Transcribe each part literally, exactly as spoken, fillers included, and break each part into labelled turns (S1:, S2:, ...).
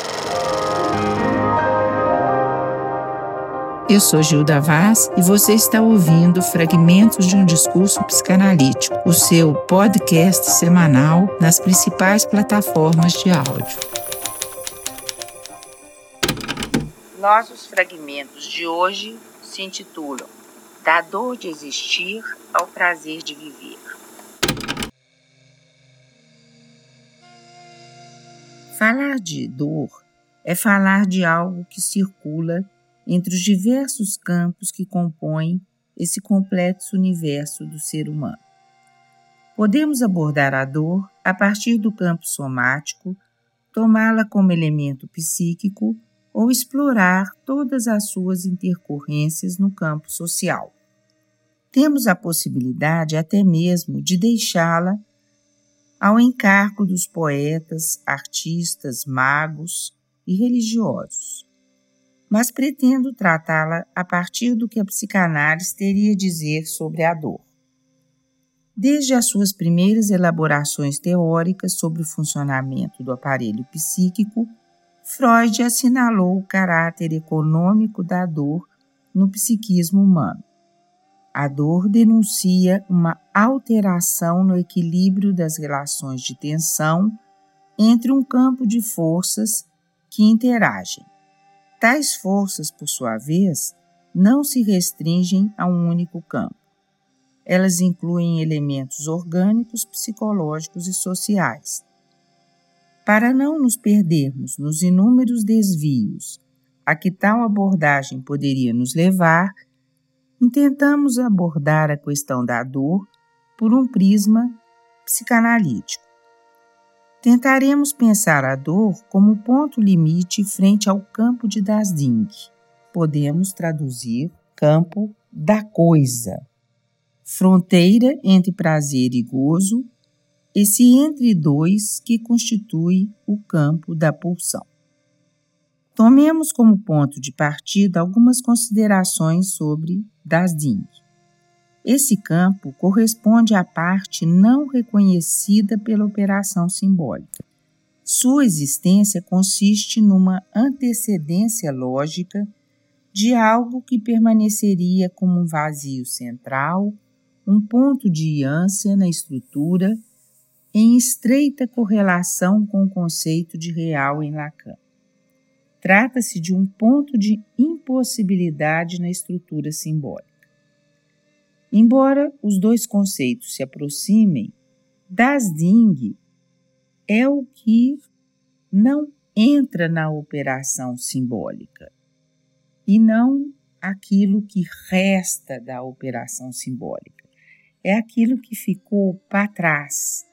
S1: Eu sou Gilda Vaz e você está ouvindo Fragmentos de um Discurso Psicanalítico, o seu podcast semanal nas principais plataformas de áudio. Nossos fragmentos de hoje se intitulam Da dor de existir ao prazer de viver. Falar de dor é falar de algo que circula entre os diversos campos que compõem esse complexo universo do ser humano. Podemos abordar a dor a partir do campo somático, tomá-la como elemento psíquico ou explorar todas as suas intercorrências no campo social. Temos a possibilidade até mesmo de deixá-la ao encargo dos poetas, artistas, magos e religiosos. Mas pretendo tratá-la a partir do que a psicanálise teria a dizer sobre a dor. Desde as suas primeiras elaborações teóricas sobre o funcionamento do aparelho psíquico, Freud assinalou o caráter econômico da dor no psiquismo humano. A dor denuncia uma alteração no equilíbrio das relações de tensão entre um campo de forças que interagem. Tais forças, por sua vez, não se restringem a um único campo. Elas incluem elementos orgânicos, psicológicos e sociais. Para não nos perdermos nos inúmeros desvios a que tal abordagem poderia nos levar, intentamos abordar a questão da dor por um prisma psicanalítico. Tentaremos pensar a dor como ponto limite frente ao campo de Dasding. Podemos traduzir campo da coisa, fronteira entre prazer e gozo, esse entre dois que constitui o campo da pulsão. Tomemos como ponto de partida algumas considerações sobre Dasding. Esse campo corresponde à parte não reconhecida pela operação simbólica. Sua existência consiste numa antecedência lógica de algo que permaneceria como um vazio central, um ponto de ânsia na estrutura, em estreita correlação com o conceito de real em Lacan. Trata-se de um ponto de impossibilidade na estrutura simbólica. Embora os dois conceitos se aproximem, Dasding é o que não entra na operação simbólica e não aquilo que resta da operação simbólica. É aquilo que ficou para trás.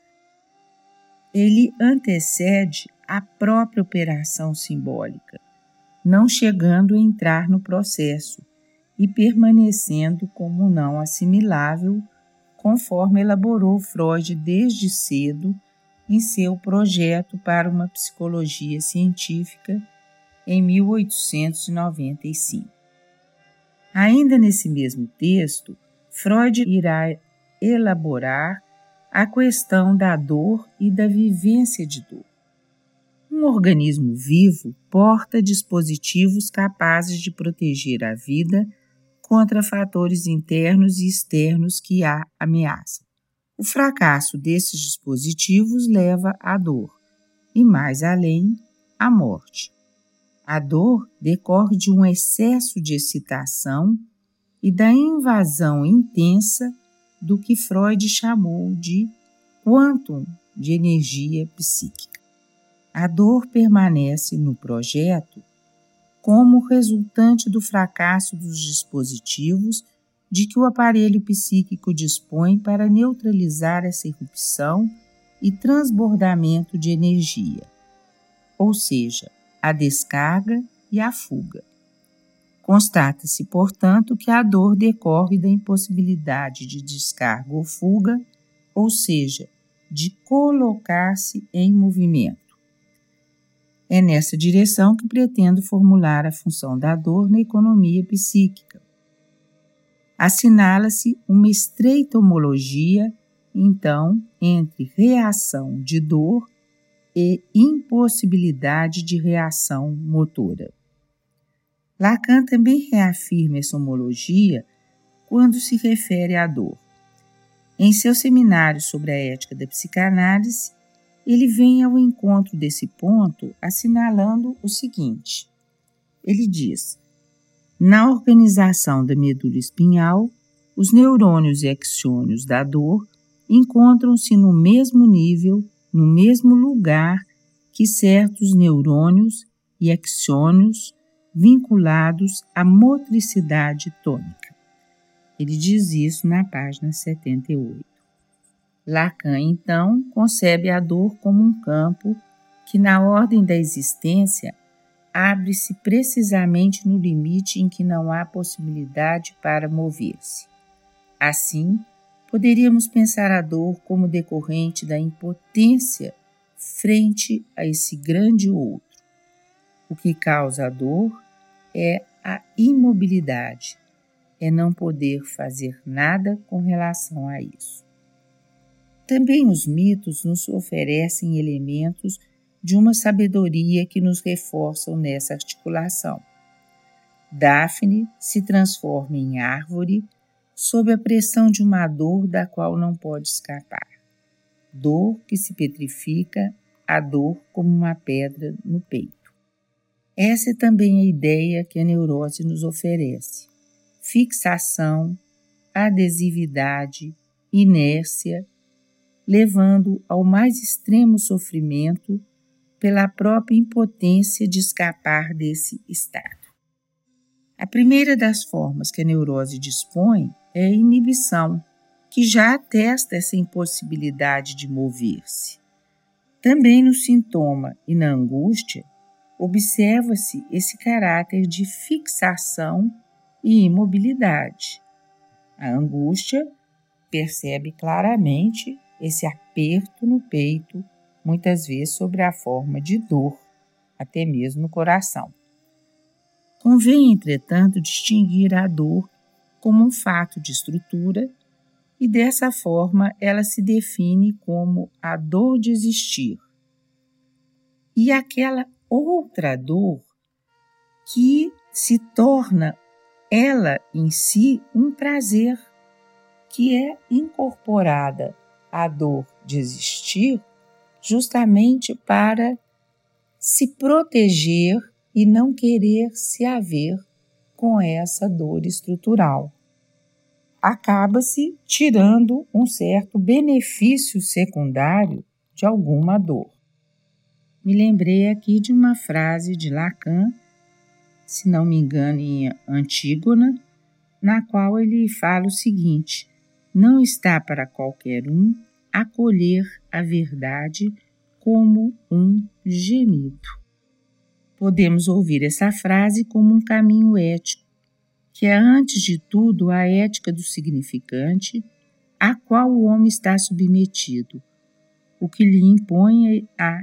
S1: Ele antecede a própria operação simbólica, não chegando a entrar no processo e permanecendo como não assimilável, conforme elaborou Freud desde cedo em seu projeto para uma psicologia científica em mil oitocentos e noventa e cinco. Ainda nesse mesmo texto, Freud irá elaborar a questão da dor e da vivência de dor. Um organismo vivo porta dispositivos capazes de proteger a vida contra fatores internos e externos que a ameaçam. O fracasso desses dispositivos leva à dor e, mais além, à morte. A dor decorre de um excesso de excitação e da invasão intensa do que Freud chamou de quantum de energia psíquica. A dor permanece no projeto como resultante do fracasso dos dispositivos de que o aparelho psíquico dispõe para neutralizar essa irrupção e transbordamento de energia, ou seja, a descarga e a fuga. Constata-se, portanto, que a dor decorre da impossibilidade de descarga ou fuga, ou seja, de colocar-se em movimento. É nessa direção que pretendo formular a função da dor na economia psíquica. Assinala-se uma estreita homologia, então, entre reação de dor e impossibilidade de reação motora. Lacan também reafirma essa homologia quando se refere à dor. Em seu seminário sobre a ética da psicanálise, ele vem ao encontro desse ponto assinalando o seguinte. Ele diz: na organização da medula espinhal, os neurônios e axônios da dor encontram-se no mesmo nível, no mesmo lugar que certos neurônios e axônios vinculados à motricidade tônica. Ele diz isso na página setenta e oito. Lacan, então, concebe a dor como um campo que, na ordem da existência, abre-se precisamente no limite em que não há possibilidade para mover-se. Assim, poderíamos pensar a dor como decorrente da impotência frente a esse grande outro. O que causa a dor é a imobilidade, é não poder fazer nada com relação a isso. Também os mitos nos oferecem elementos de uma sabedoria que nos reforçam nessa articulação. Daphne se transforma em árvore sob a pressão de uma dor da qual não pode escapar. Dor que se petrifica, a dor como uma pedra no peito. Essa é também a ideia que a neurose nos oferece. Fixação, adesividade, inércia, levando ao mais extremo sofrimento pela própria impotência de escapar desse estado. A primeira das formas que a neurose dispõe é a inibição, que já atesta essa impossibilidade de mover-se. Também no sintoma e na angústia, observa-se esse caráter de fixação e imobilidade. A angústia percebe claramente esse aperto no peito, muitas vezes sob a forma de dor, até mesmo no coração. Convém, entretanto, distinguir a dor como um fato de estrutura e, dessa forma, ela se define como a dor de existir. E aquela outra dor que se torna ela em si um prazer, que é incorporada à dor de existir justamente para se proteger e não querer se haver com essa dor estrutural. Acaba-se tirando um certo benefício secundário de alguma dor. Me lembrei aqui de uma frase de Lacan, se não me engano, em Antígona, na qual ele fala o seguinte: não está para qualquer um acolher a verdade como um gemido. Podemos ouvir essa frase como um caminho ético, que é, antes de tudo, a ética do significante, a qual o homem está submetido, o que lhe impõe a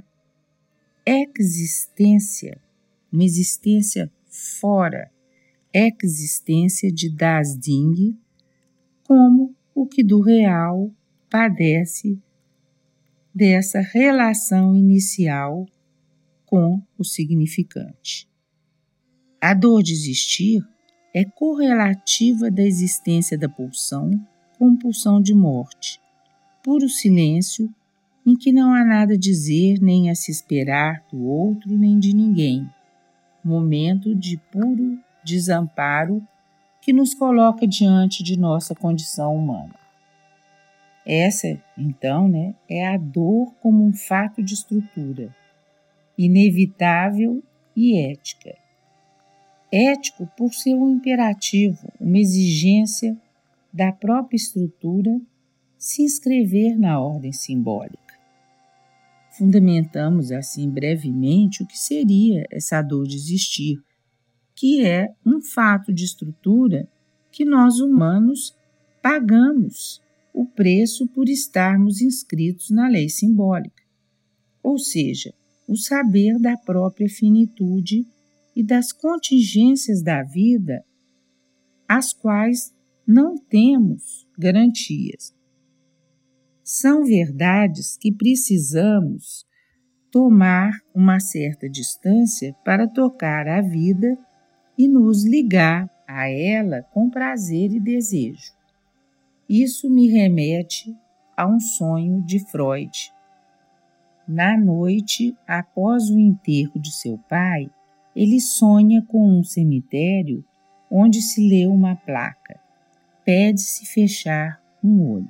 S1: existência, uma existência fora, existência de das Ding, como o que do real padece dessa relação inicial com o significante. A dor de existir é correlativa da existência da pulsão com pulsão de morte, puro silêncio em que não há nada a dizer nem a se esperar do outro nem de ninguém, momento de puro desamparo que nos coloca diante de nossa condição humana. Essa, então, né, é a dor como um fato de estrutura, inevitável e ética. Ético por ser um imperativo, uma exigência da própria estrutura se inscrever na ordem simbólica. Fundamentamos assim brevemente o que seria essa dor de existir, que é um fato de estrutura que nós humanos pagamos o preço por estarmos inscritos na lei simbólica, ou seja, o saber da própria finitude e das contingências da vida, às quais não temos garantias. São verdades que precisamos tomar uma certa distância para tocar a vida e nos ligar a ela com prazer e desejo. Isso me remete a um sonho de Freud. Na noite, após o enterro de seu pai, ele sonha com um cemitério onde se lê uma placa: pede-se fechar um olho.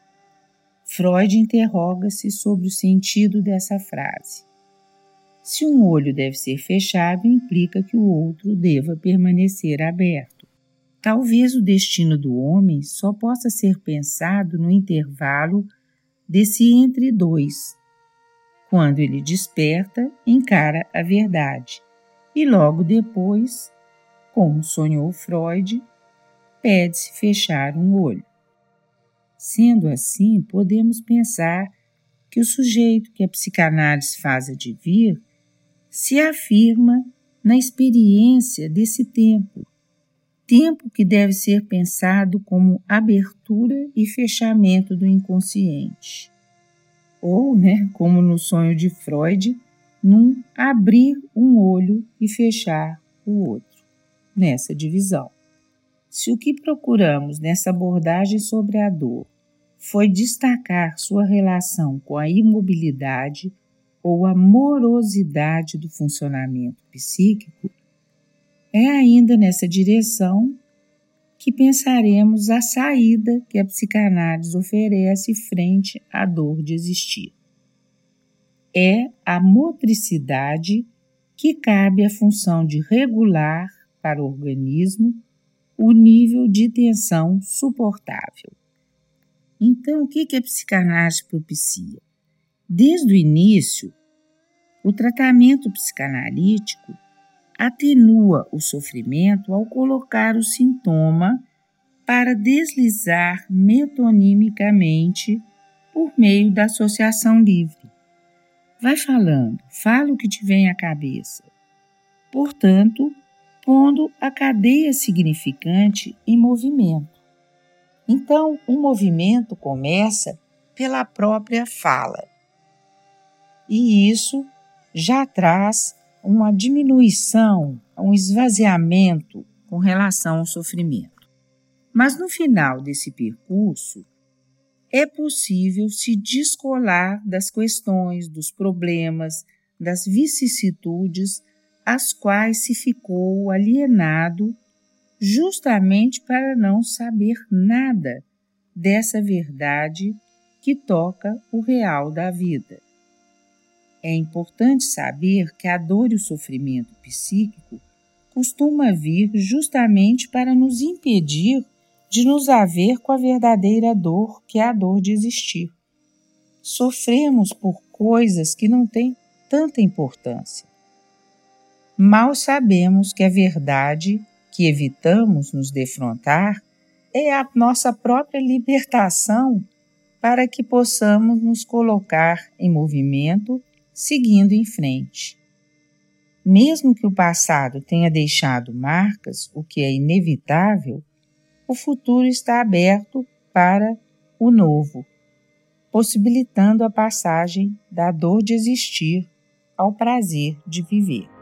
S1: Freud interroga-se sobre o sentido dessa frase. Se um olho deve ser fechado, implica que o outro deva permanecer aberto. Talvez o destino do homem só possa ser pensado no intervalo desse entre dois. Quando ele desperta, encara a verdade e logo depois, como sonhou Freud, pede-se fechar um olho. Sendo assim, podemos pensar que o sujeito que a psicanálise faz advir se afirma na experiência desse tempo, tempo que deve ser pensado como abertura e fechamento do inconsciente. Ou, né, como no sonho de Freud, num abrir um olho e fechar o outro, nessa divisão. Se o que procuramos nessa abordagem sobre a dor foi destacar sua relação com a imobilidade ou a morosidade do funcionamento psíquico, é ainda nessa direção que pensaremos a saída que a psicanálise oferece frente à dor de existir. É a motricidade que cabe à função de regular para o organismo o nível de tensão suportável. Então, o que a psicanálise propicia? Desde o início, o tratamento psicanalítico atenua o sofrimento ao colocar o sintoma para deslizar metonimicamente por meio da associação livre. Vai falando, fala o que te vem à cabeça. Portanto, pondo a cadeia significante em movimento. Então, o movimento começa pela própria fala. E isso já traz uma diminuição, um esvaziamento com relação ao sofrimento. Mas no final desse percurso, é possível se descolar das questões, dos problemas, das vicissitudes às quais se ficou alienado justamente para não saber nada dessa verdade que toca o real da vida. É importante saber que a dor e o sofrimento psíquico costuma vir justamente para nos impedir de nos haver com a verdadeira dor, que é a dor de existir. Sofremos por coisas que não têm tanta importância. Mal sabemos que a verdade que evitamos nos defrontar é a nossa própria libertação para que possamos nos colocar em movimento, seguindo em frente. Mesmo que o passado tenha deixado marcas, o que é inevitável, o futuro está aberto para o novo, possibilitando a passagem da dor de existir ao prazer de viver.